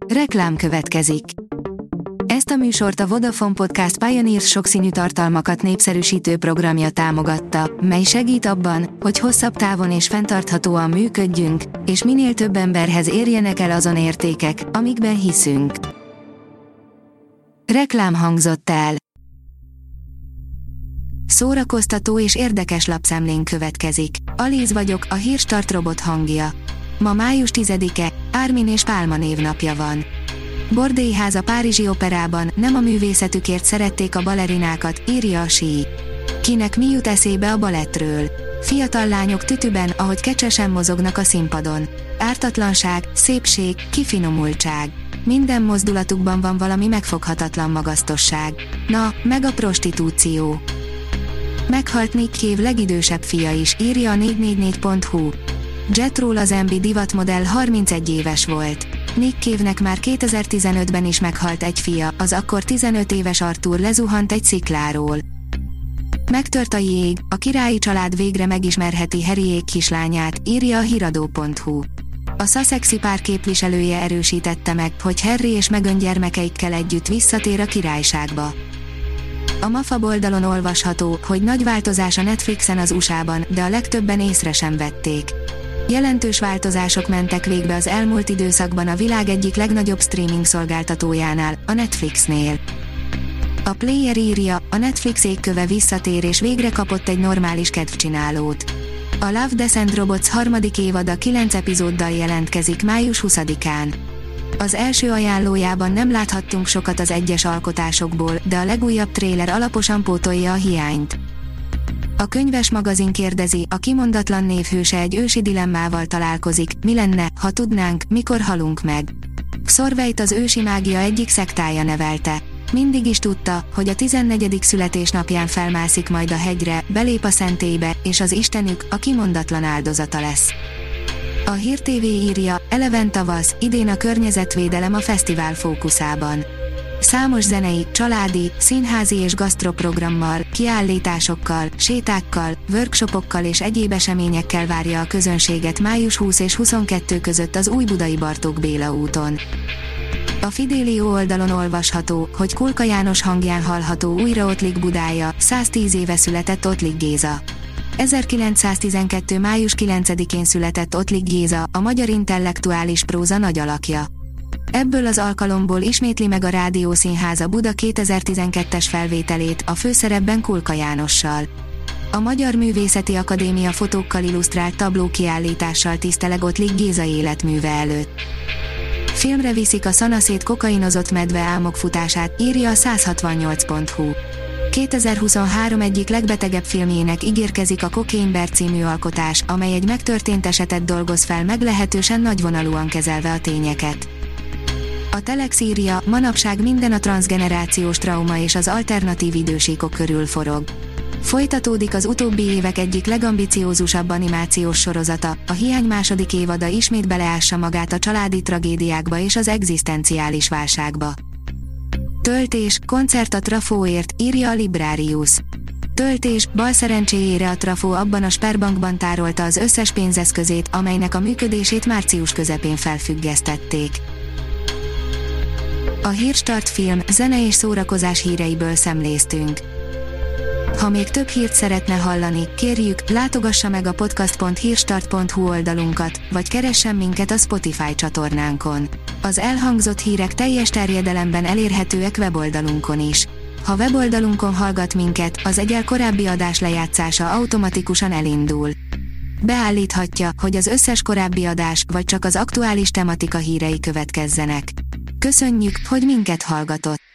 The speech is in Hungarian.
Reklám következik. Ezt a műsort a Vodafone Podcast Pioneers sokszínű tartalmakat népszerűsítő programja támogatta, mely segít abban, hogy hosszabb távon és fenntarthatóan működjünk, és minél több emberhez érjenek el azon értékek, amikben hiszünk. Reklám hangzott el. Szórakoztató és érdekes lapszemlén következik. Alíz vagyok, a Hírstart robot hangja. Ma május 10-e, Ármin és Pálma névnapja van. Bordélyház a Párizsi Operában, nem a művészetükért szerették a balerinákat, írja a Sí. Kinek mi jut eszébe a balettről? Fiatal lányok tütüben, ahogy kecsesen mozognak a színpadon. Ártatlanság, szépség, kifinomultság. Minden mozdulatukban van valami megfoghatatlan magasztosság. Na, meg a prostitúció. Meghalt Nick Cave legidősebb fia is, írja a 444.hu. Jet Roll az MB divatmodell 31 éves volt. Nick Cave-nek már 2015-ben is meghalt egy fia, az akkor 15 éves Arthur lezuhant egy szikláról. Megtört a jég, a királyi család végre megismerheti Harryék kislányát, írja a hiradó.hu. A Sussexi pár képviselője erősítette meg, hogy Harry és Meghan gyermekeikkel együtt visszatér a királyságba. A Mafab oldalon olvasható, hogy nagy változás a Netflixen az USA-ban, de a legtöbben észre sem vették. Jelentős változások mentek végbe az elmúlt időszakban a világ egyik legnagyobb streaming szolgáltatójánál, a Netflixnél. A Player írja, a Netflix égköve visszatér és végre kapott egy normális kedvcsinálót. A Love, Death and Robots harmadik évada 9 epizóddal jelentkezik május 20-án. Az első ajánlójában nem láthattunk sokat az egyes alkotásokból, de a legújabb tréler alaposan pótolja a hiányt. A könyves magazin kérdezi, a kimondatlan névhőse egy ősi dilemmával találkozik, mi lenne, ha tudnánk, mikor halunk meg. Xorvejt az ősi mágia egyik szektája nevelte. Mindig is tudta, hogy a 14. születésnapján felmászik majd a hegyre, belép a szentélybe, és az istenük, a kimondatlan áldozata lesz. A Hír TV írja, eleven tavasz, idén a környezetvédelem a fesztivál fókuszában. Számos zenei, családi, színházi és gasztroprogrammal, kiállításokkal, sétákkal, workshopokkal és egyéb eseményekkel várja a közönséget május 20 és 22 között az Újbudai Bartók Béla úton. A Fidelio oldalon olvasható, hogy Kulka János hangján hallható újra Ottlik Budája, 110 éve született Ottlik Géza. 1912. május 9-én született Ottlik Géza, a magyar intellektuális próza nagy alakja. Ebből az alkalomból ismétli meg a Rádiószínház a Buda 2012-es felvételét, a főszerepben Kulka Jánossal. A Magyar Művészeti Akadémia fotókkal illusztrált tablókiállítással tiszteleg Ottlik Géza életműve előtt. Filmre viszik a szanaszét kokainozott medve álmokfutását, írja a 168.hu. 2023 egyik legbetegebb filmjének ígérkezik a Cocaine Bear című alkotás, amely egy megtörtént esetet dolgoz fel meglehetősen nagyvonalúan kezelve a tényeket. A Telex írja, manapság minden a transzgenerációs trauma és az alternatív idősíkok körül forog. Folytatódik az utóbbi évek egyik legambiciózusabb animációs sorozata, a Hiány második évada ismét beleássa magát a családi tragédiákba és az egzisztenciális válságba. Töltés, koncert a Trafóért, írja a Librarius. Töltés, bal szerencséjére a Trafó abban a Sberbankban tárolta az összes pénzeszközét, amelynek a működését március közepén felfüggesztették. A Hírstart film, zene és szórakozás híreiből szemléztünk. Ha még több hírt szeretne hallani, kérjük, látogassa meg a podcast.hírstart.hu oldalunkat, vagy keressen minket a Spotify csatornánkon. Az elhangzott hírek teljes terjedelemben elérhetőek weboldalunkon is. Ha weboldalunkon hallgat minket, az egyel korábbi adás lejátszása automatikusan elindul. Beállíthatja, hogy az összes korábbi adás, vagy csak az aktuális tematika hírei következzenek. Köszönjük, hogy minket hallgatott!